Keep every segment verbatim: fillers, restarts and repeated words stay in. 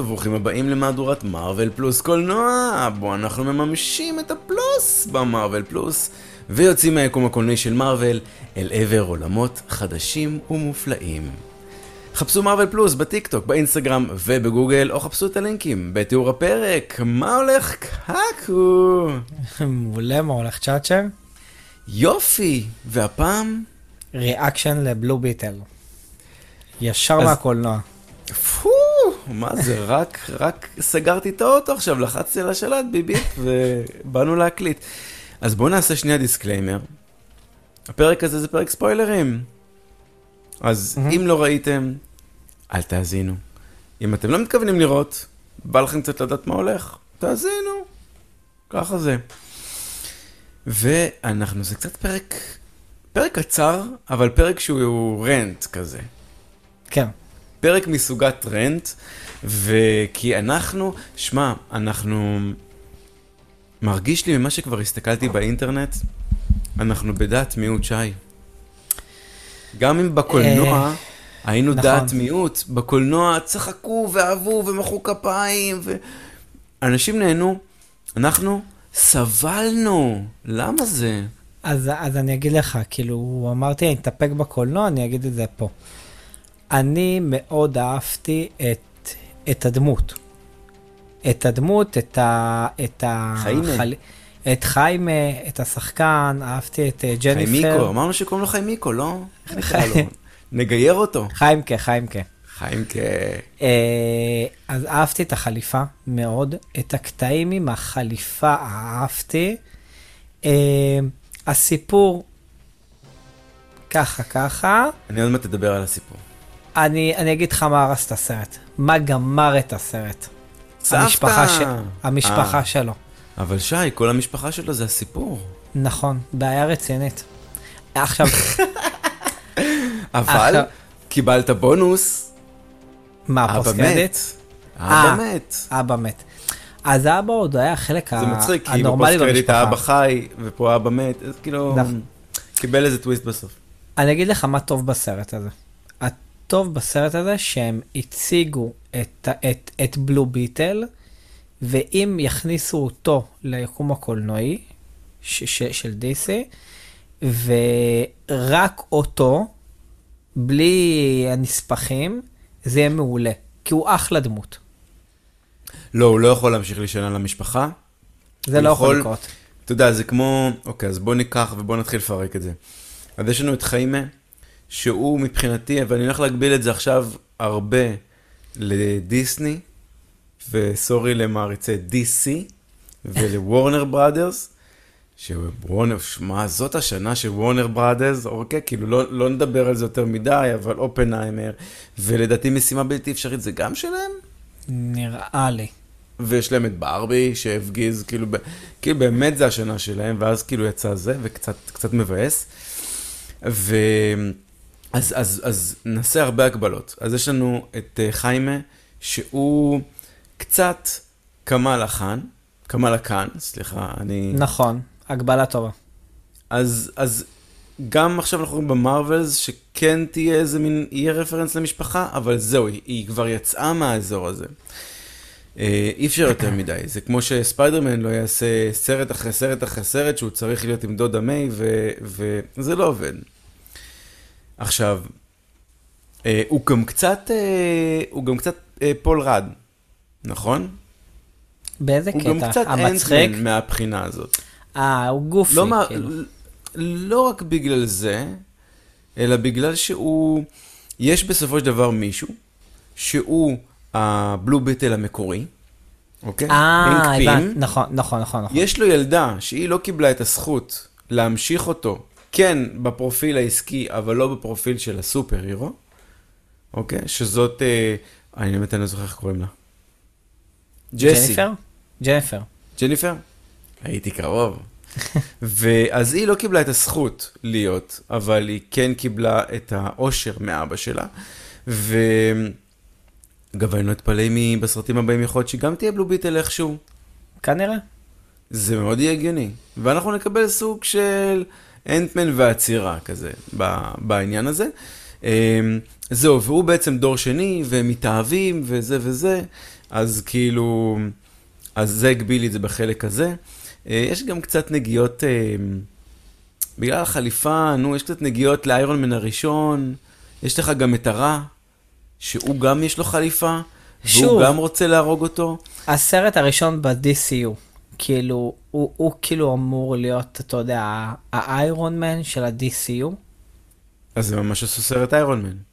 וברוכים הבאים למהדורת מארוול פלוס קולנוע, בו אנחנו מממשים את הפלוס במארוול פלוס ויוצאים מהיקום הקולנועי של מארוול אל עבר עולמות חדשים ומופלאים. חפשו מארוול פלוס בטיקטוק, באינסטגרם ובגוגל, או חפשו את הלינקים בתיאור הפרק. מה הולך קקו? מעולה, מה הולך צ'אצ'ר? יופי, והפעם? ריאקשן לבלו ביטל. ישר אז... מהקולנוע. פו, מה זה, רק, רק סגרתי את האוטו עכשיו, לחצתי על השלט ביבית ובאנו להקליט. אז בואו נעשה שנייה דיסקליימר. הפרק הזה זה פרק ספוילרים. אז mm-hmm. אם לא ראיתם, אל תאזינו. אם אתם לא מתכוונים לראות, בא לכם קצת לדעת מה הולך, תאזינו. ככה זה. ואנחנו, זה קצת פרק, פרק קצר, אבל פרק שהוא רנט כזה. כן. פרק מסוגת רנט, וכי אנחנו, שמה, אנחנו, מרגיש לי ממה שכבר הסתכלתי באינטרנט, אנחנו בדעת מיעוט שי. גם אם בקולנוע היינו דעת מיעוט, בקולנוע צחקו ואהבו ומחאו כפיים, ואנשים נהנו, אנחנו סבלנו. למה זה? אז, אז אני אגיד לך, כאילו, אמרתי, אני אתאפק בקולנוע, אני אגיד את זה פה. אני מאוד אהבתי את, את הדמות. את הדמות, את ה... את ה... חיימה. חל... את חיימה, את השחקן, אהבתי את ג'ניפר. חיימיקו, אמרנו שקוראים לו חיימיקו, לא? איך נקרא לו? נגייר אותו. חיימקה, חיימקה. חיימקה. אז אהבתי את החליפה מאוד, את הקטעים עם החליפה אהבתי. הסיפור, ככה, ככה. אני עוד מעט תדבר על הסיפור. אני, אני אגיד לך מה הרס את הסרט. מה גמר את הסרט. סבתא. המשפחה, ש... המשפחה שלו. אבל שי, כל המשפחה שלו זה הסיפור. נכון, בעיה רצינית. עכשיו... אבל עכשיו... קיבלת בונוס. מה, פוסט קרדיט? אבא מת. אבא מת. אז האבא עוד היה חלק הנורמלי במשפחה. זה מצחיק, כי בפוסט קרדיט האבא חי, ופה האבא מת, אז כאילו... קיבל איזה טוויסט בסוף. אני אגיד לך מה טוב בסרט הזה. הטוב בסרט הזה שהם הציגו את, את, את בלו ביטל, ואם יכניסו אותו ליקום הקולנועי ש, ש, של די סי, ורק אותו, בלי הנספחים, זה יהיה מעולה, כי הוא אחלה דמות. לא, הוא לא יכול להמשיך להישען על המשפחה. זה לא יכול לקרות. אתה יודע, זה כמו, אוקיי, אז בוא ניקח ובוא נתחיל לפרק את זה. אז יש לנו את חיימה, שהוא מבחינתי, ואני הולך להגביל את זה עכשיו הרבה לדיסני, וסורי למעריצי די סי, ולוורנר בראדרס, שוורנר, מה, זאת השנה של וורנר בראדרס, אוקיי, כאילו לא, לא נדבר על זה יותר מדי, אבל אופנהיימר, ולדעתי משימה בלתי אפשרית זה גם שלהם? נראה לי. ויש להם את ברבי, שהפגיז, כאילו, כאילו באמת זה השנה שלהם, ואז כאילו יצא זה, וקצת קצת מבאס. ו... אז, אז, אז נעשה הרבה הגבלות. אז יש לנו את חיימה, שהוא קצת כמאל חאן, כמאל חאן, סליחה, אני... נכון, הגבלה טובה. אז, אז גם עכשיו אנחנו רואים במרוולס, שכן תהיה איזה מין, יהיה רפרנס למשפחה, אבל זהו, היא, היא כבר יצאה מהאזור הזה. אי אפשר יותר מדי, זה כמו שספיידרמן לא יעשה סרט אחרי סרט אחרי סרט, שהוא צריך להיות עם דודה מיי, וזה לא עובד. עכשיו, הוא גם קצת, הוא גם קצת פול רד, נכון? באיזה קטע? הוא גם קצת אנטמן מהבחינה הזאת. אה, הוא גופי, לא, כאילו. לא רק בגלל זה, אלא בגלל שהוא, יש בסופו של דבר מישהו, שהוא הבלו ביטל המקורי, אוקיי? אה, הבנת, נכון, נכון, נכון. יש לו ילדה שהיא לא קיבלה את הזכות להמשיך אותו, כן, בפרופיל העסקי, אבל לא בפרופיל של הסופר הירו, אוקיי? שזאת, אה, אני באמת אני לא זוכר איך קוראים לה. ג'סי. ג'ניפר? ג'ניפר. ג'ניפר? הייתי קרוב. ואז היא לא קיבלה את הזכות להיות, אבל היא כן קיבלה את העושר מאבא שלה, ו... אגב, אני לא אתפלא בסרטים הבאים יכול להיות שגם תהיה בלו ביטל איכשהו. כנראה. זה מאוד יהיה הגיוני. ואנחנו נקבל סוג של אנטמן והצירה כזה בעניין הזה. זהו, והוא בעצם דור שני, והם מתאהבים, וזה וזה, אז כאילו, אז זה הגביל לי את זה בחלק הזה. יש גם קצת נגיעות, בגלל החליפה, נו, יש קצת נגיעות לאיירון מן הראשון, יש לך גם את הרע, שהוא גם יש לו חליפה, שוב, והוא גם רוצה להרוג אותו. הסרט הראשון ב-די סי יו, כאילו, הוא, הוא כאילו אמור להיות, אתה יודע, האיירון מן של ה-די סי יו. אז זה ממש עשו סרט איירון מן.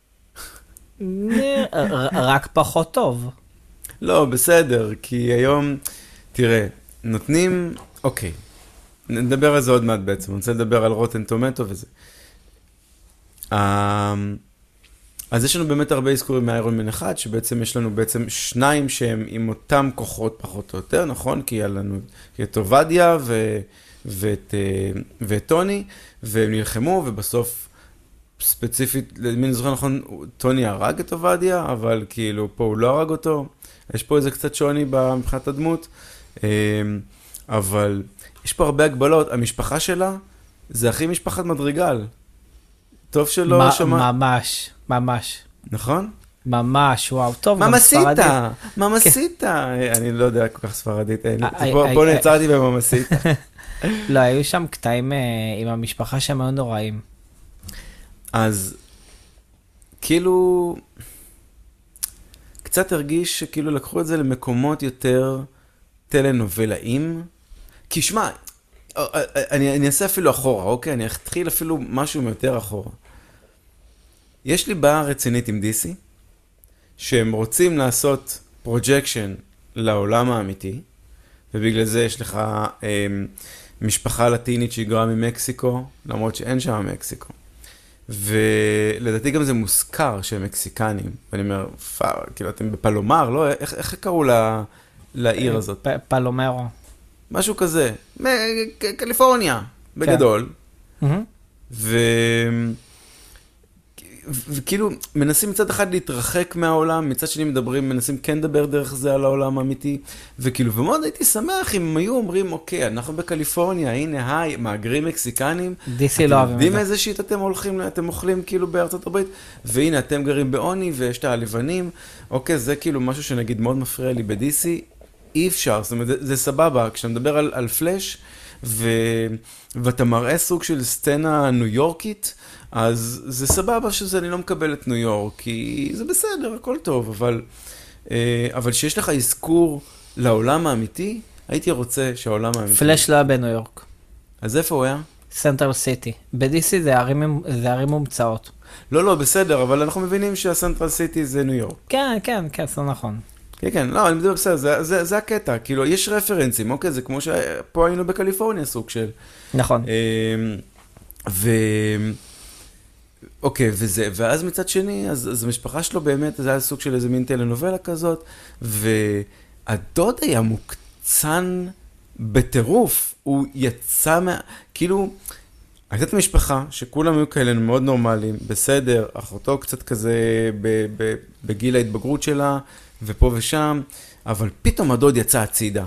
רק פחות טוב. לא, בסדר, כי היום, תראה, נותנים, אוקיי, נדבר על זה עוד מעט בעצם, אני רוצה לדבר על רוטן טומטו וזה. אז יש לנו באמת הרבה אזכורים מאיירון מן אחד, שבעצם יש לנו בעצם שניים שהם עם אותם כוחות פחות או יותר, נכון? כי היה לנו את עובדיה ו... ואת... ואת טוני, והם נלחמו, ובסוף ספציפית, למי אני זוכר נכון, טוני הרג את עובדיה, אבל כאילו פה הוא לא הרג אותו, יש פה איזה קצת שוני מבחינת הדמות, אבל יש פה הרבה הגבלות, המשפחה שלה זה הכי משפחת מדרגל. טוב שלא שמע... ממש, ממש. נכון? ממש, וואו, טוב, גם ספרדית. ממסיתה, אני לא יודע כל כך ספרדית, פה נעצרתי בממסיתה. לא, היו שם קטעים עם המשפחה שהם היו נוראים. אז, כאילו, קצת הרגיש שכאילו לקחו את זה למקומות יותר טלנובלאים, כי שמע, אני, אני אעשה אפילו אחורה, אוקיי? אני אתחיל אפילו משהו יותר אחורה. יש לי בעיה רצינית עם די סי, שהם רוצים לעשות פרוג'קשן לעולם האמיתי, ובגלל זה יש לך אה, משפחה לטינית שהגרה ממקסיקו, למרות שאין שם מקסיקו. ולדעתי גם זה מוזכר שהם מקסיקנים, ואני אומר, פאר, כאילו אתם בפלומר, לא? איך, איך קראו לה, לעיר הזאת? פ, פלומרו. משהו כזה, קליפורניה, בגדול. ו... וכאילו, מנסים מצד אחד להתרחק מהעולם, מצד שני מדברים, מנסים כן לדבר דרך זה על העולם האמיתי, וכאילו, ומאוד הייתי שמח אם היו אומרים, אוקיי, אנחנו בקליפורניה, הנה, היי, מאגרים מקסיקנים, די סי לא אוהבים את זה. אתם יודעים איזה שיט אתם הולכים, אתם אוכלים כאילו בארצות הברית, והנה, אתם גרים בעוני, ויש את הלבנים, אוקיי, זה כאילו משהו שנגיד מאוד מפריע לי ב-די סי, אי אפשר, זאת אומרת, זה, זה סבבה, כשאתה מדבר על, על פלאש, ו... ואתה מראה סוג של סצנה ניו יורקית, אז זה סבבה שזה אני לא מקבל את ניו יורק, כי זה בסדר, הכל טוב, אבל, אבל שיש לך אזכור לעולם האמיתי, הייתי רוצה שהעולם האמיתי... פלאש לא היה בניו יורק. אז איפה הוא היה? סנטרל סיטי. ב-די סי זה ערים, זה ערים מומצאות. לא, לא, בסדר, אבל אנחנו מבינים שהסנטרל סיטי זה ניו יורק. כן, כן, כן, זה נכון. כן, כן, לא, אני מדבר בסדר, זה, זה, זה הקטע, כאילו, יש רפרנסים, אוקיי, זה כמו שפה היינו בקליפורניה, סוג של... נכון. ו... אוקיי, וזה, ואז מצד שני, אז, אז המשפחה שלו באמת, זה היה סוג של איזה מין טלנובלה כזאת, והדוד היה מוקצן בטירוף, הוא יצא מה... כאילו, הייתה את המשפחה, שכולם היו כאלה מאוד נורמליים, בסדר, אחותו קצת כזה ב, ב, בגיל ההתבגרות שלה, ופה ושם, אבל פתאום הדוד יצא הצידה.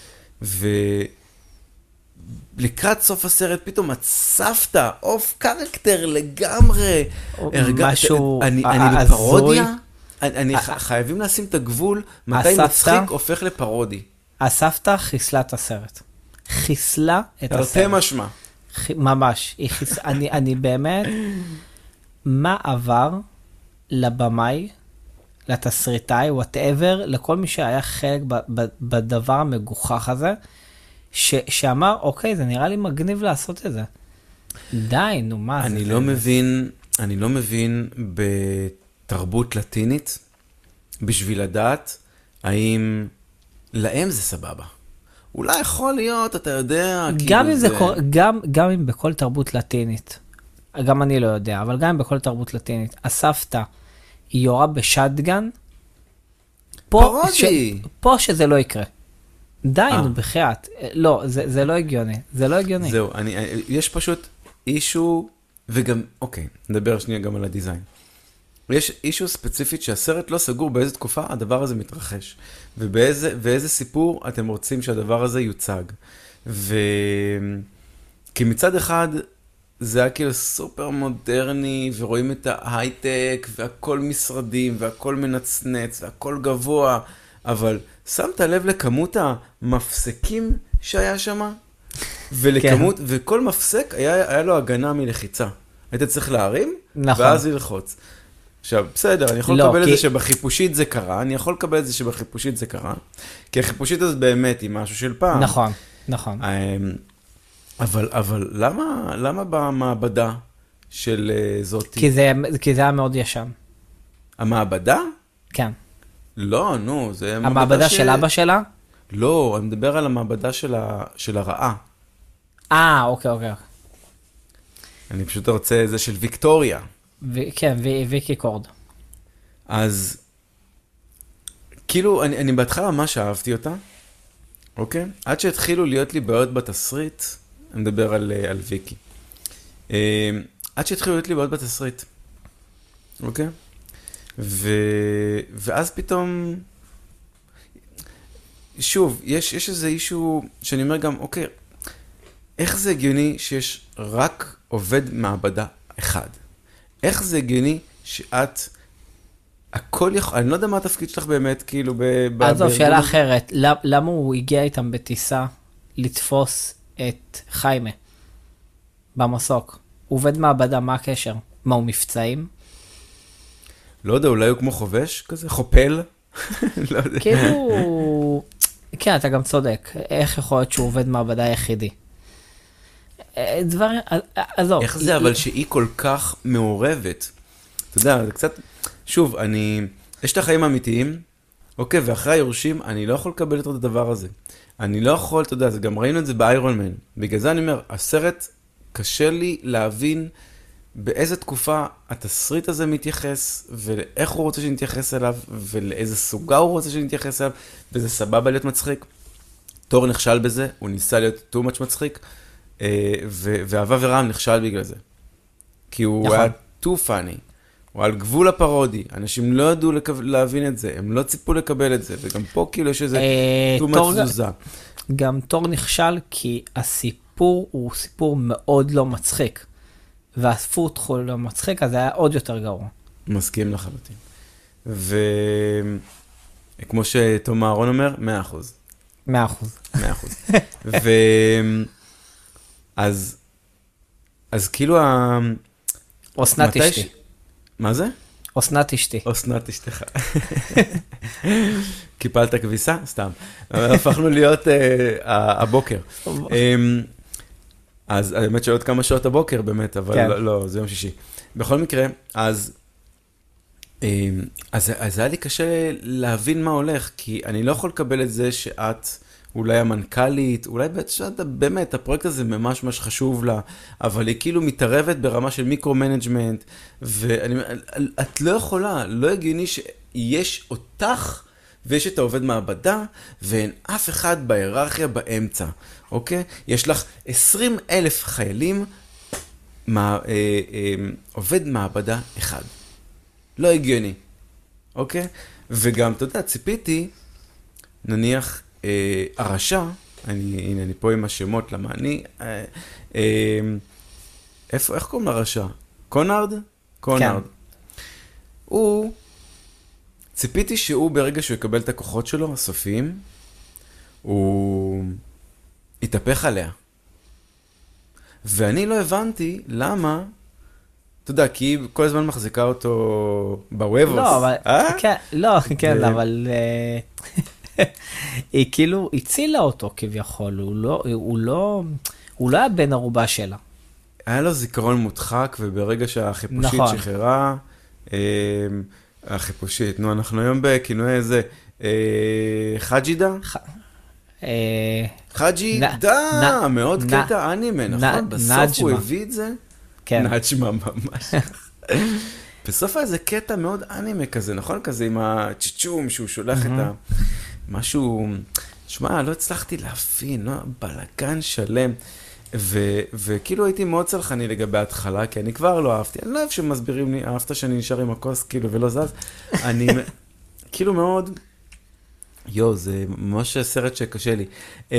ולקראת סוף הסרט, פתאום הצפת, אוף קרקטר לגמרי. משהו אני בפרודיה? אני חייבים לשים את הגבול, מתי מצחיק הופך לפרודי. הסבתא חיסלה את הסרט. חיסלה את הסרט. תרתי משמע. ממש. אני באמת, מה עבר לבמאי, לתסריטאי, whatever, לכל מי שהיה חלק ב- ב- בדבר המגוחך הזה, ש- שאמר, אוקיי, זה נראה לי מגניב לעשות את זה. די, נו, מה אני זה? לא מבין, אני לא מבין בתרבות לטינית, בשביל לדעת, האם להם זה סבבה. אולי יכול להיות, אתה יודע, גם כאילו אם זה... זה קור... גם, גם אם בכל תרבות לטינית, גם אני לא יודע, אבל גם אם בכל תרבות לטינית, הסבתא, היא יורה בשטגן, פה, ש... פה שזה לא יקרה. די, נו, בחייאת. לא, זה, זה לא הגיוני. זה לא הגיוני. זהו, אני, יש פשוט אישו, וגם, אוקיי, נדבר שנייה גם על הדיזיין. יש אישו ספציפית שהסרט לא סגור באיזה תקופה הדבר הזה מתרחש, ובאיזה, ואיזה סיפור אתם רוצים שהדבר הזה יוצג. ו... כי מצד אחד, זה היה כאילו סופר מודרני, ורואים את ההייטק, והכל משרדים, והכל מנצנץ, והכל גבוה, אבל שמת לב לכמות המפסקים שהיה שם? ולכמות, כן. וכל מפסק היה, היה לו הגנה מלחיצה. היית צריך להרים, נכון. ואז ללחוץ. עכשיו, בסדר, אני יכול לא, לקבל כי... את זה שבחיפושית זה קרה, אני יכול לקבל את זה שבחיפושית זה קרה, כי החיפושית הזאת באמת היא משהו של פעם. נכון, נכון. אבל, אבל למה, למה במעבדה של זאתי? כי זה, כי זה היה מאוד ישן. המעבדה? כן. לא, נו, זה... המעבדה ש... של אבא שלה? לא, אני מדבר על המעבדה של, ה... של הרעה. אה, אוקיי, אוקיי. אני פשוט רוצה זה של ויקטוריה. ו... כן, ו... ויקי קורד. אז, כאילו, אני, אני בהתחלה ממש אהבתי אותה, אוקיי? עד שהתחילו להיות לי בעיות בתסריט, אני מדבר על, על ויקי. עד שהתחילו להיות לי בעיות בתסריט, אוקיי? ו... ואז פתאום, שוב, יש, יש איזה אישו שאני אומר גם, אוקיי, איך זה הגיוני שיש רק עובד מעבדה אחד? איך זה הגיוני שאת, הכל יכול, אני לא יודע מה התפקיד שלך באמת, כאילו, ב... אז זו שאלה אחרת, למה הוא הגיע איתם בטיסה לתפוס את חיימה במסוק? הוא עובד מעבדה, מה הקשר? מה, הוא מבצעים? לא יודע, אולי הוא כמו חובש כזה, חופל? לא יודע. כאילו, כן, אתה גם צודק, איך יכול להיות שהוא עובד מעבדה יחידי? דבר, עזוב. איך זה אבל שהיא כל כך מעורבת? אתה יודע, זה קצת, שוב, אני, יש את החיים האמיתיים, אוקיי, ואחרי היורשים, אני לא יכול לקבל את הדבר הזה. אני לא יכול, אתה יודע, גם ראינו את זה באיירון מן. בגלל זה אני אומר, הסרט, קשה לי להבין באיזה תקופה התסריט הזה מתייחס, ואיך הוא רוצה שנתייחס אליו, ולאיזה סוגה הוא רוצה שנתייחס אליו, וזה סבבה להיות מצחיק. תור נכשל בזה, הוא ניסה להיות too much מצחיק, ואהבה ורעם נכשל בגלל זה. כי הוא היה too funny. הוא על גבול הפרודי. אנשים לא ידעו להבין את זה, הם לא ציפו לקבל את זה, וגם פה כאילו יש איזה too much תזוזה. גם תור נכשל כי הסיפור הוא סיפור מאוד לא מצחיק. והפות חול לא מצחיק, אז זה היה עוד יותר גרוע. מסכים לחלוטין. וכמו שתום אהרון אומר, מאה אחוז. מאה אחוז. מאה אחוז. ו... אז, אז כאילו ה... אוסנת אשתי. ש... מה זה? אוסנת אשתי. אוסנת אשתך. קיפלת כביסה? סתם. הפכנו להיות uh, הבוקר. אז האמת שעוד כמה שעות הבוקר באמת, אבל כן. לא, לא, זה יום שישי. בכל מקרה, אז, אז, אז היה לי קשה להבין מה הולך, כי אני לא יכול לקבל את זה שאת אולי המנכ"לית, אולי באמת, הפרויקט הזה ממש ממש חשוב לה, אבל היא כאילו מתערבת ברמה של מיקרו-מנג'מנט, ואת לא יכולה, לא הגיוני שיש אותך, ויש את העובד מעבדה, ואין אף אחד בהיררכיה באמצע, אוקיי? יש לך עשרים אלף חיילים, מה, אה, אה, עובד מעבדה אחד. לא הגיוני, אוקיי? וגם, אתה יודע, ציפיתי, נניח, אה, הרשע, אני, הנה, אני פה עם השמות, למה אני, אה, אה, איפה, איך קוראים לרשע? קונארד? קונארד. כן. הוא... ציפיתי שהוא ברגע שהוא יקבל את הכוחות שלו, הסופיים, הוא יתהפך עליה. ואני לא הבנתי למה, אתה יודע, כי היא כל הזמן מחזיקה אותו בוובוס. לא, אבל, אה? כן, לא, כן, אבל היא כאילו הצילה אותו כביכול, הוא לא, הוא לא, הוא לא היה בן ערובה שלה. היה לו זיכרון מודחק, וברגע שהחיפושית נכון. שחררה, החיפושית, נו, אנחנו היום בכינוי איזה, חג'ידה? חג'ידה, מאוד קטע אנימה, נכון? בסוף הוא הביא את זה? כן. נאג'מה ממש. בסוף היה איזה קטע מאוד אנימה כזה, נכון? כזה עם הצ'יצ'ום שהוא שולח את ה... משהו... שמע, לא הצלחתי להבין, לא? בלגן שלם. וכאילו הייתי מאוד צלחני לגבי ההתחלה, כי אני כבר לא אהבתי. אני לא אוהב שמסבירים לי, אהבת שאני נשאר עם הכוס, כאילו, ולא זז. אני כאילו מאוד... יו, זה ממש סרט שקשה לי.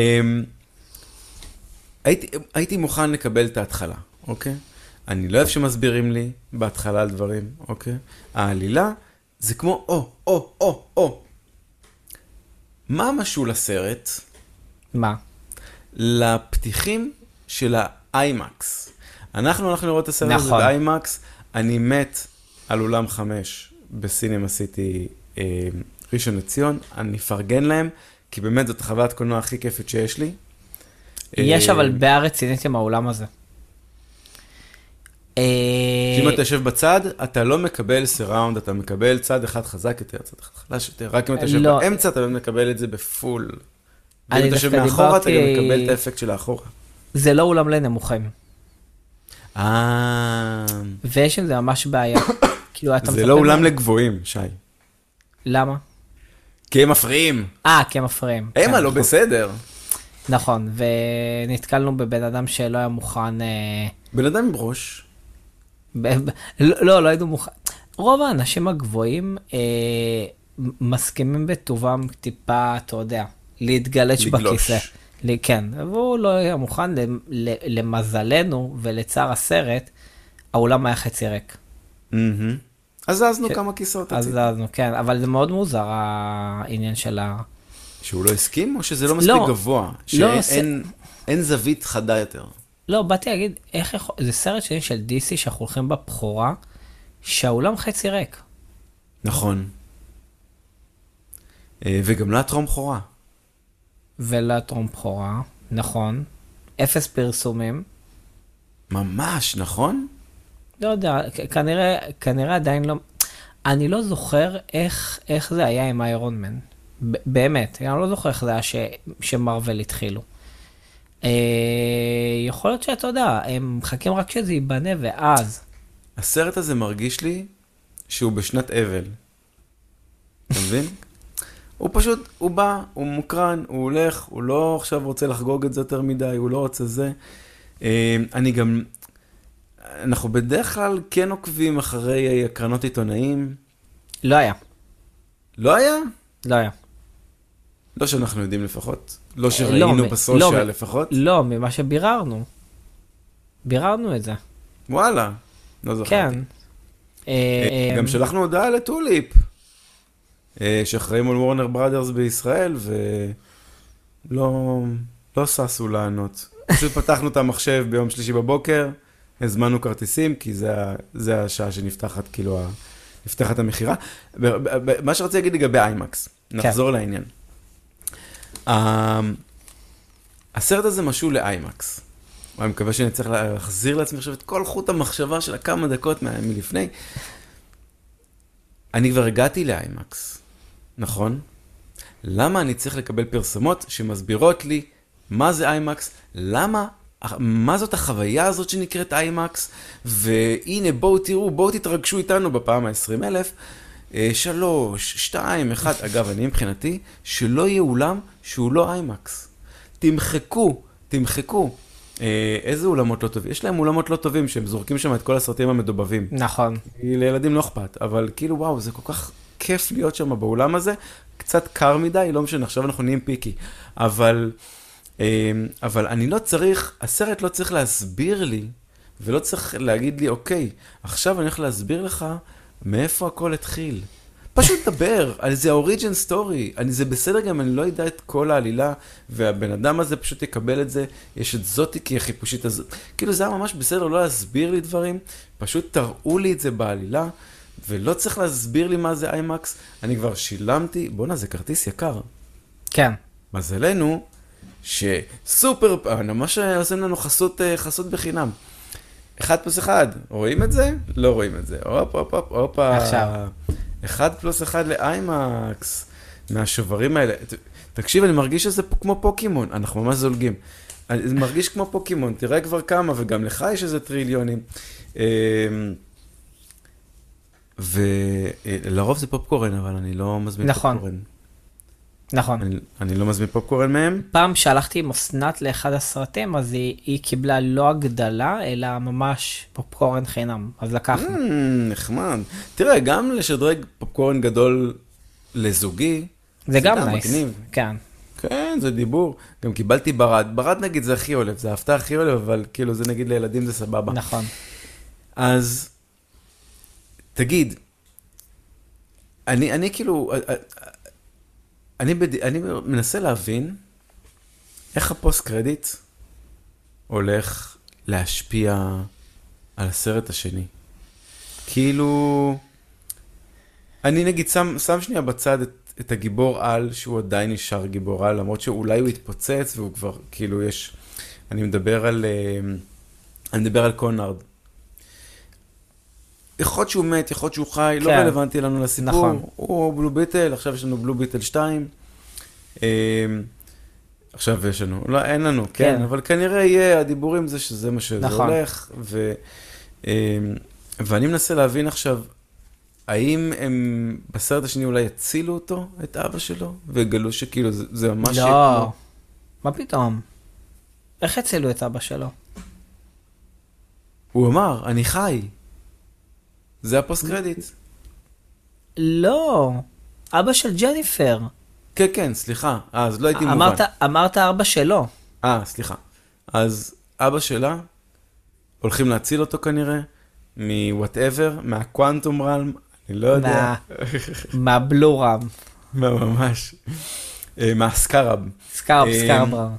הייתי, הייתי מוכן לקבל את ההתחלה, אוקיי? אני לא אוהב שמסבירים לי בהתחלה על דברים, אוקיי? העלילה זה כמו או, או, או, או. מה משול הסרט? מה? לפתיחים של האיימקס. אנחנו הלכנו לראות את הסרט הזה נכון. באיימקס, אני מת על אולם חמש בסינמה סיטי אה, ראשון לציון, אני אפרגן להם, כי באמת זאת החוויית קולנוע הכי כיפית שיש לי. יש אה, אבל בעיה רצינית עם האולם הזה. אה, שאם אתה יושב בצד, אתה לא מקבל סיראונד, אתה מקבל צד אחד חזק יותר, צד אחד חלש יותר, רק אם אתה יושב לא. באמצע, אתה מקבל את זה בפול. אני ואם אתה יושב דווקא מאחורה, אתה גם דיברתי- מקבל את האפקט של האחורה. זה לא אולם לנמוכים. אה, ויש עם זה ממש בעיה. כאילו, אתה זה מצפה לא אולם מה- לגבוהים, שי. למה? כי הם מפריעים. אה, כי הם מפריעים. הם כן, הלא נכון. בסדר. נכון, ונתקלנו בבן אדם שלא היה מוכן... אה, בן אדם עם ראש. ב- ב- לא, לא, לא היינו מוכן. רוב האנשים הגבוהים אה, מסכימים בטובם טיפה, אתה יודע, להתגלש לגלוש. בכיסא. ל- כן, והוא לא היה מוכן, ל- ל- למזלנו ולצער הסרט, האולם היה חצי ריק. מהמם. אז זזנו כן. כמה כיסאות אז הצידה. זזנו, כן, אבל זה מאוד מוזר העניין של ה... שהוא לא הסכים, או שזה לא מספיק לא. גבוה? לא, שאין אין זווית חדה יותר. לא, באתי להגיד, איך יכול... זה סרט שני של די סי שאנחנו הולכים בבחורה, שהאולם חצי ריק. נכון. אה, וגם לה טרום בכורה. ולטרום בכורה, נכון. אפס פרסומים. ממש, נכון? לא יודע, כ- כנראה, כנראה עדיין לא... אני לא זוכר איך, איך זה היה עם איירון מן. ב- באמת, אני לא זוכר איך זה היה ש, שמרוול התחילו. אה, יכול להיות שאתה יודע, הם מחכים רק שזה ייבנה ואז. הסרט הזה מרגיש לי שהוא בשנת אבל. אתה מבין? הוא פשוט, הוא בא, הוא מוקרן, הוא הולך, הוא לא עכשיו רוצה לחגוג את זה יותר מדי, הוא לא רוצה זה. אה, אני גם, אנחנו בדרך כלל כן עוקבים אחרי הקרנות עיתונאים. לא היה, לא היה? לא היה. לא שאנחנו יודעים לפחות. לא לא, שראינו מ- בסושיאל לא, לפחות. לא, ממה שביררנו. ביררנו את זה. וואלה. לא זוכרתי. כן. אה, גם שלחנו הודעה לטוליפ, אה, שאחראים על וורנר בראדרס בישראל, ולא לא ססו לענות. פשוט פתחנו את המחשב ביום שלישי בבוקר, הזמנו כרטיסים, כי זה, ה- זה השעה שנפתחת, כאילו, ה- נפתחת המחירה. ב- ב- ב- מה שרציתי להגיד לגבי איימקס, נחזור לעניין. ה- הסרט הזה משול לאיימקס. אני מקווה שאני צריך להחזיר לעצמי עכשיו את כל חוט המחשבה של הכמה דקות מה- מלפני. אני כבר הגעתי לאיימקס, נכון? למה אני צריך לקבל פרסומות שמסבירות לי מה זה איימקס, למה, מה זאת החוויה הזאת שנקראת איימקס, והנה בואו תראו, בואו תתרגשו איתנו בפעם ה-עשרים אלף, אה, שלוש, שתיים, אחד, אגב, אני מבחינתי, שלא יהיה אולם שהוא לא איימקס. תמחקו, תמחקו. אה, איזה אולמות לא טובים? יש להם אולמות לא טובים שהם זורקים שם את כל הסרטים המדובבים. נכון. כי לילדים לא אכפת, אבל כאילו וואו, זה כל כך כיף להיות שם באולם הזה, קצת קר מדי, לא משנה, עכשיו אנחנו נהיים פיקי, אבל, אה, אבל אני לא צריך, הסרט לא צריך להסביר לי, ולא צריך להגיד לי, אוקיי, עכשיו אני הולך להסביר לך מאיפה הכל התחיל. פשוט דבר על זה האוריג'ן סטורי, אני, זה בסדר גם, אני לא יודע את כל העלילה, והבן אדם הזה פשוט יקבל את זה, יש את זאתי כי החיפושית הזאת, כאילו זה היה ממש בסדר לא להסביר לי דברים, פשוט תראו לי את זה בעלילה, ולא צריך להסביר לי מה זה איימקס, אני כבר שילמתי, בוא'נה זה כרטיס יקר. כן. מזלנו, שסופר, ממש עושים לנו חסות, חסות בחינם. אחד פלוס אחד, רואים את זה? לא רואים את זה. הופ, הופ, הופ, הופה. עכשיו. אחד פלוס אחד לאיימקס, מהשוברים האלה. ת- תקשיב, אני מרגיש שזה פ- כמו פוקימון, אנחנו ממש זולגים. אני זה מרגיש כמו פוקימון, תראה כבר כמה, וגם לך יש איזה טריליונים. אמ, ולרוב זה פופקורן, אבל אני לא מזמין נכון. פופקורן. נכון. אני, אני לא מזמין פופקורן מהם. פעם שהלכתי עם אסנת לאחד הסרטים, אז היא, היא קיבלה לא הגדלה, אלא ממש פופקורן חינם. אז לקחנו. Mm, נחמד. תראה, גם לשדרג פופקורן גדול לזוגי, זה גם גם נייס. מגניב. כן. כן, זה דיבור. גם קיבלתי ברד. ברד נגיד זה הכי עולב, זה ההפתעה הכי עולב, אבל כאילו זה נגיד לילדים זה סבבה. נכון. אז, תגיד, אני, אני כאילו, אני, בד... אני מנסה להבין איך הפוסט קרדיט הולך להשפיע על הסרט השני. כאילו, אני נגיד שם, שם שנייה בצד את, את הגיבור על, שהוא עדיין נשאר גיבור על, למרות שאולי הוא יתפוצץ, והוא כבר, כאילו יש, אני מדבר על, אני מדבר על קונארד. יכול להיות שהוא מת, יכול להיות שהוא חי, כן. לא רלוונטי לנו לסיפור. נכון. הוא בלו ביטל, עכשיו יש לנו בלו ביטל שתיים. עכשיו יש לנו, לא, אין לנו, כן, כן. אבל כנראה יהיה, הדיבורים זה שזה מה שזה נכון. הולך, ו, ואני מנסה להבין עכשיו, האם הם בסרט השני אולי יצילו אותו, את אבא שלו, וגלו שכאילו זה, זה ממש... לא, כמו... מה פתאום? איך יצילו את אבא שלו? הוא אמר, אני חי. זה הפוסט קרדיט. לא, אבא של ג'ניפר. כן, כן, סליחה, אז לא הייתי מובן. אמרת, אמרת אבא שלו. אה, סליחה. אז אבא שלה, הולכים להציל אותו כנראה, מ-whatever, מהקוואנטום רלם, אני לא יודע. מהבלו רם. מה, ממש. מהסקרב. סקרב, סקרב רם.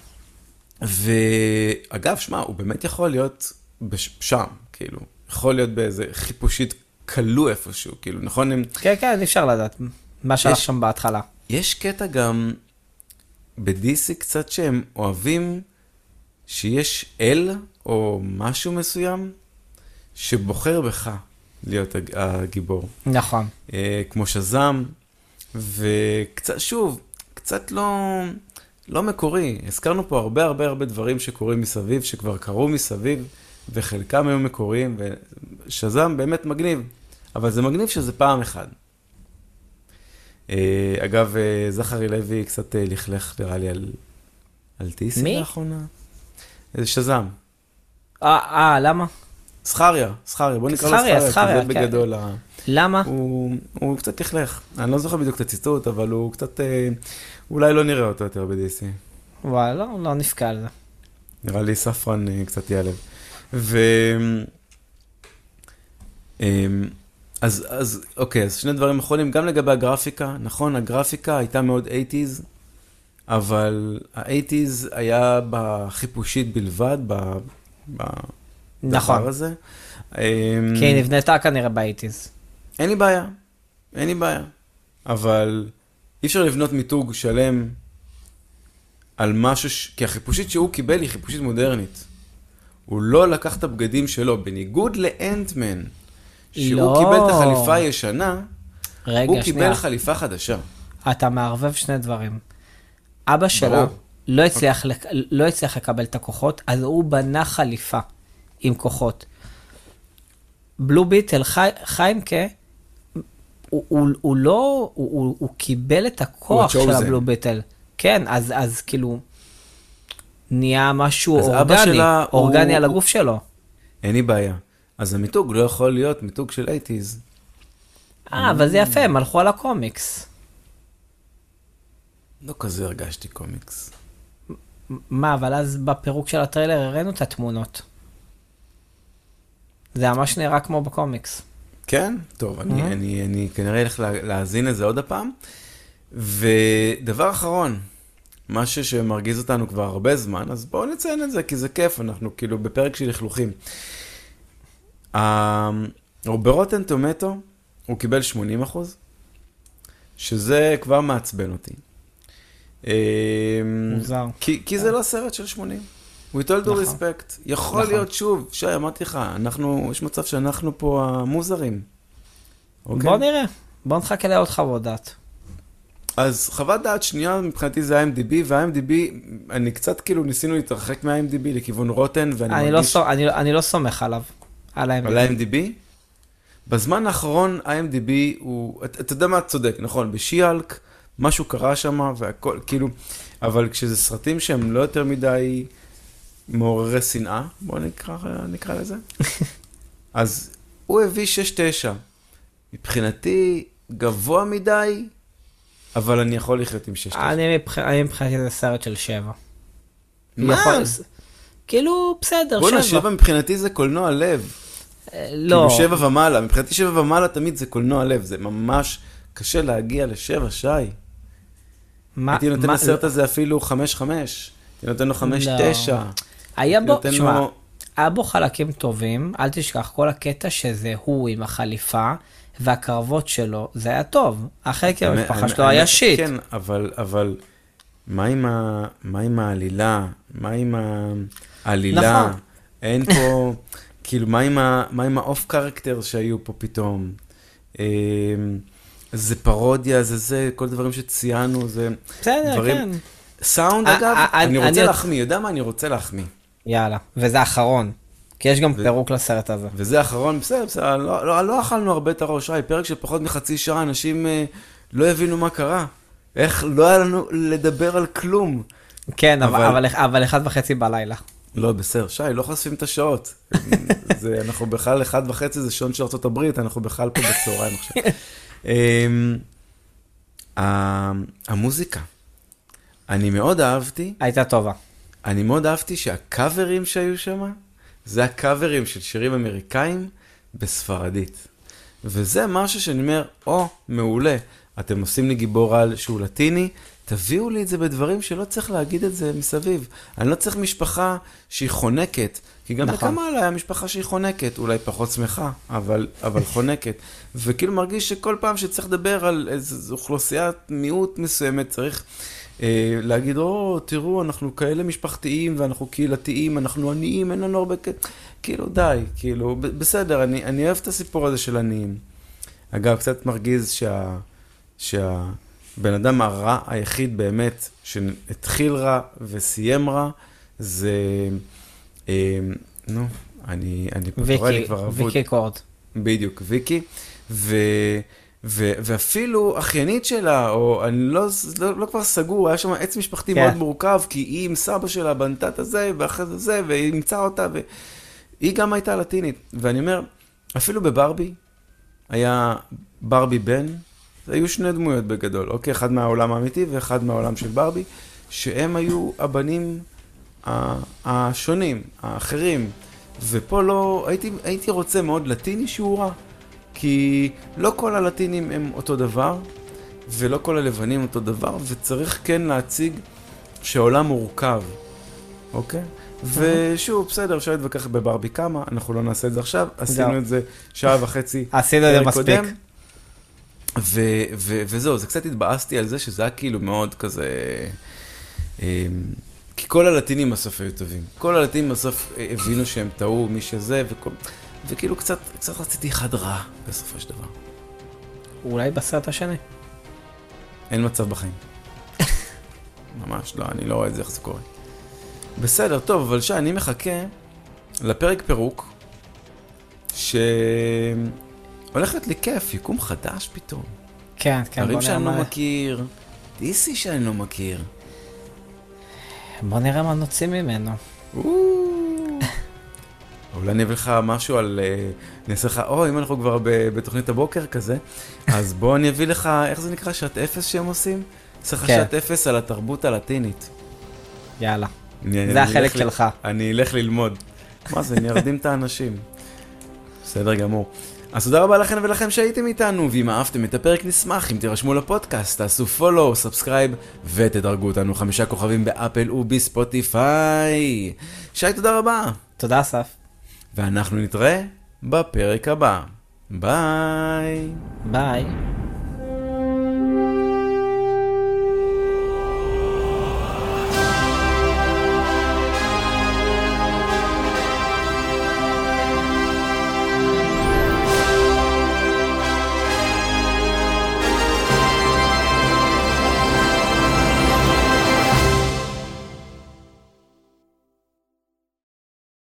ואגב, שמה, הוא באמת יכול להיות שם, כאילו. יכול להיות באיזה חיפושית קלו איפשהו, כאילו, נכון? כן, כן, אפשר לדעת. מה שהלך שם בהתחלה. יש קטע גם ב-די סי קצת שהם אוהבים שיש אל או משהו מסוים שבוחר בך להיות הגיבור. נכון. כמו שזם, וקצת, שוב, קצת לא, לא מקורי. הזכרנו פה הרבה הרבה הרבה דברים שקורים מסביב, שכבר קרו מסביב, וחלקם היו מקוריים, ושזם באמת מגניב. אבל זה מגניב שזה פעם אחד. אגב, זכרי לוי קצת לכלך, נראה לי, על, על טיסי מי? לאחרונה. זה שזם. אה, אה, למה? סחריה, סחריה, בוא נקרא לו סחריה, סחריה, סחריה, כי זה כן. בגדול. למה? הוא, הוא קצת לכלך. אני לא זוכר בדיוק את הציטוט, אבל הוא קצת, אולי לא נראה אותו יותר ב-די סי. וואי, לא, לא נפקע על זה. נראה לי ספרן קצת ילב. ו... אז, אז, אוקיי, אז שני דברים אחרונים, גם לגבי הגרפיקה, נכון, הגרפיקה הייתה מאוד אייטיז, אבל ה-אייטיז היה בחיפושית בלבד, ב... נכון. הזה. כי היא נבנתה כנראה באייטיז. אין לי בעיה, אין לי בעיה. אבל אי אפשר לבנות מיתוג שלם על משהו, ש... כי החיפושית שהוא קיבל היא חיפושית מודרנית. הוא לא לקח את הבגדים שלו, בניגוד לאנטמן, שהוא לא. קיבל את החליפה הישנה, רגע, הוא שנייה. קיבל חליפה חדשה. אתה מערבב שני דברים. אבא שלה לא הצליח, לק... לא הצליח לקבל את הכוחות, אז הוא בנה חליפה עם כוחות. בלו ביטל, חי... חיימקה, הוא, הוא, הוא לא, הוא, הוא, הוא קיבל את הכוח של הבלו ביטל. כן, אז, אז כאילו, נהיה משהו אורגני, אורגני הוא... על הגוף שלו. אין לי בעיה. אז המיתוג לא יכול להיות מיתוג של אייטיז. אה, אבל זה יפה, הם הלכו על הקומיקס. לא כזה הרגשתי קומיקס. מה, אבל אז בפירוק של הטריילר הראינו את התמונות. זה ממש נראה כמו בקומיקס. כן? טוב, אני, אני, אני כנראה אלך להאזין את זה עוד הפעם. ודבר אחרון, משהו שמרגיז אותנו כבר הרבה זמן, אז בואו נציין את זה, כי זה כיף, אנחנו כאילו בפרק של לכלוכים. ברוטן טומטו, הוא קיבל שמונים אחוז, שזה כבר מעצבן אותי. מוזר. כי, כי זה לא סרט של שמונים. We told you respect. יכול להיות שוב, שי, אמרתי לך, אנחנו, יש מצב שאנחנו פה המוזרים. בוא נראה, בוא נחכה לעוד חוות דעת. אז חוות דעת שנייה מבחינתי זה איי אם די בי, וה-איי אם די בי, אני קצת כאילו ניסינו להתרחק מה-איי אם די בי לכיוון רוטן, ואני אני מרגיש... לא, אני, אני לא סומך עליו, על ה-איי אם די בי. על ה-איי אם די בי? בזמן האחרון, ה-איי אם די בי הוא, אתה, אתה יודע מה צודק, נכון, בשיאלק, משהו קרה שם, והכל, כאילו, אבל כשזה סרטים שהם לא יותר מדי מעוררי שנאה, בואו נקרא, נקרא לזה, אז הוא הביא שש תשע. מבחינתי גבוה מדי, אבל אני יכול לחיות עם שש תשע. אני מבחינתי זה סרט של שבע. מה? כאילו, בסדר, שבע. בוא'נה, שבע מבחינתי זה קולנוע לב. לא. כאילו שבע ומעלה, מבחינתי שבע ומעלה תמיד זה קולנוע לב, זה ממש קשה להגיע לשבע, שי. מה, הייתי נותן מה, לסרט הזה אפילו חמש חמש, הייתי נותן לו חמש תשע. היה בו, נותן תשמע, לו- היה בו חלקים טובים, אל תשכח, כל הקטע שזה הוא עם החליפה, והקרבות שלו, זה היה טוב. החלק עם המשפחה האמת- שלו היה האמת, שיט. כן, אבל, אבל, מה עם ה- מה עם העלילה? מה עם העלילה? נכון. אין פה, כאילו, מה עם ה- מה עם האוף קרקטר שהיו פה פתאום? אמ, זה פרודיה, זה זה, כל דברים שציינו, זה בסדר, דברים- כן. סאונד, אה, אגב, אה, אני אני- רוצה אני- להחמיא, יודע מה? אני רוצה להחמיא. יאללה, וזה אחרון. כי יש גם ו- פירוק לסרט הזה. וזה האחרון, בסדר, בסדר, לא, לא, לא אכלנו הרבה את הראש, ראי, פרק של פחות מחצי שעה, אנשים אה, לא יבינו מה קרה. איך לא היה לנו לדבר על כלום. כן, אבל, אבל- אבל, אבל אחד וחצי בלילה. לא, בסדר, שי, לא חושפים את השעות. זה, אנחנו בכלל אחד וחצי, זה שעון של ארצות הברית, אנחנו בכלל פה בצהריים עכשיו. אמ, ה- המוזיקה. אני מאוד אהבתי, הייתה טובה. אני מאוד אהבתי שהקאברים שהיו שם, זה הקאברים של שירים אמריקאים בספרדית. וזה משהו שאני אומר, או, מעולה, אתם עושים לי גיבור על שהוא לטיני, תביאו לי את זה בדברים שלא צריך להגיד את זה מסביב. אני לא צריך משפחה שהיא חונקת, כי גם נכון. בכמה עליי המשפחה שהיא חונקת, אולי פחות שמחה, אבל, אבל חונקת. וכאילו מרגיש שכל פעם שצריך לדבר על איזו אוכלוסיית מיעוט מסוימת, צריך אה, להגיד, או, תראו, אנחנו כאלה משפחתיים, ואנחנו קהילתיים, אנחנו עניים, אין לנו הרבה כ... כאילו, די, כאילו, ב- בסדר, אני, אני אוהב את הסיפור הזה של עניים. אגב, קצת מרגיז שה... שהבן אדם הרע היחיד באמת שהתחיל רע וסיים רע, זה... אה, נו, אני, אני פה קורא לי ויקי, כבר אבוד. ויקי קורד. בדיוק, ויקי. ו... ו... ואפילו אחיינית שלה, או אני לא, לא, לא כבר סגור, היה שם עץ משפחתי כן. מאוד מורכב, כי היא עם סבא שלה בנתה את הזה, ואחרי זה זה, והיא אימצה אותה, והיא גם הייתה לטינית. ואני אומר, אפילו בברבי, היה ברבי בן, היו שני דמויות בגדול, אוקיי? אחד מהעולם האמיתי ואחד מהעולם של ברבי, שהם היו הבנים ה- השונים, האחרים. ופה לא, הייתי, הייתי רוצה מאוד לטיני שהוא רע, כי לא כל הלטינים הם אותו דבר, ולא כל הלבנים אותו דבר, וצריך כן להציג שהעולם מורכב, אוקיי? ושוב, בסדר, אפשר להתווכח בברבי כמה, אנחנו לא נעשה את זה עכשיו, עשינו את זה שעה וחצי. עשינו את זה פרק מספיק. קודם. ו- ו- וזהו, זה קצת התבאסתי על זה, שזה היה כאילו מאוד כזה... אמ, כי כל הלטינים בסוף היו טובים. כל הלטינים בסוף הבינו שהם טעו, מי שזה, וכל... וכאילו קצת, קצת רציתי אחד רע בסופו של דבר. אולי בסרט השני. אין מצב בחיים. ממש לא, אני לא רואה את זה איך זה קורה. בסדר, טוב, אבל שי, אני מחכה לפרק פירוק, שהולך להיות לי כיף, יקום חדש פתאום. כן, כן, דברים בוא שאני נראה לא מה... מכיר, דיסי שאני לא מכיר. בוא נראה מה נוציא ממנו. אולי אני אביא לך משהו על... אה, אני אעשה לך, או, אם אנחנו כבר ב- בתוכנית הבוקר כזה, אז בוא אני אביא לך, איך זה נקרא? שעת אפס שהם עושים? אעשה לך כן. שעת אפס על התרבות הלטינית. יאללה. אני- זה אני החלק אלך ל- שלך. אני אלך ללמוד. מה זה, נרדים את האנשים. בסדר גמור. אז תודה רבה לכם ולכם שהייתם איתנו, ואם אהבתם את הפרק נשמח אם תירשמו לפודקאסט, תעשו פולו, סאבסקרייב ותדרגו אותנו חמישה כוכבים באפל ובספוטיפיי. שי, תודה רבה. תודה, אסף. ואנחנו נתראה בפרק הבא. ביי. ביי.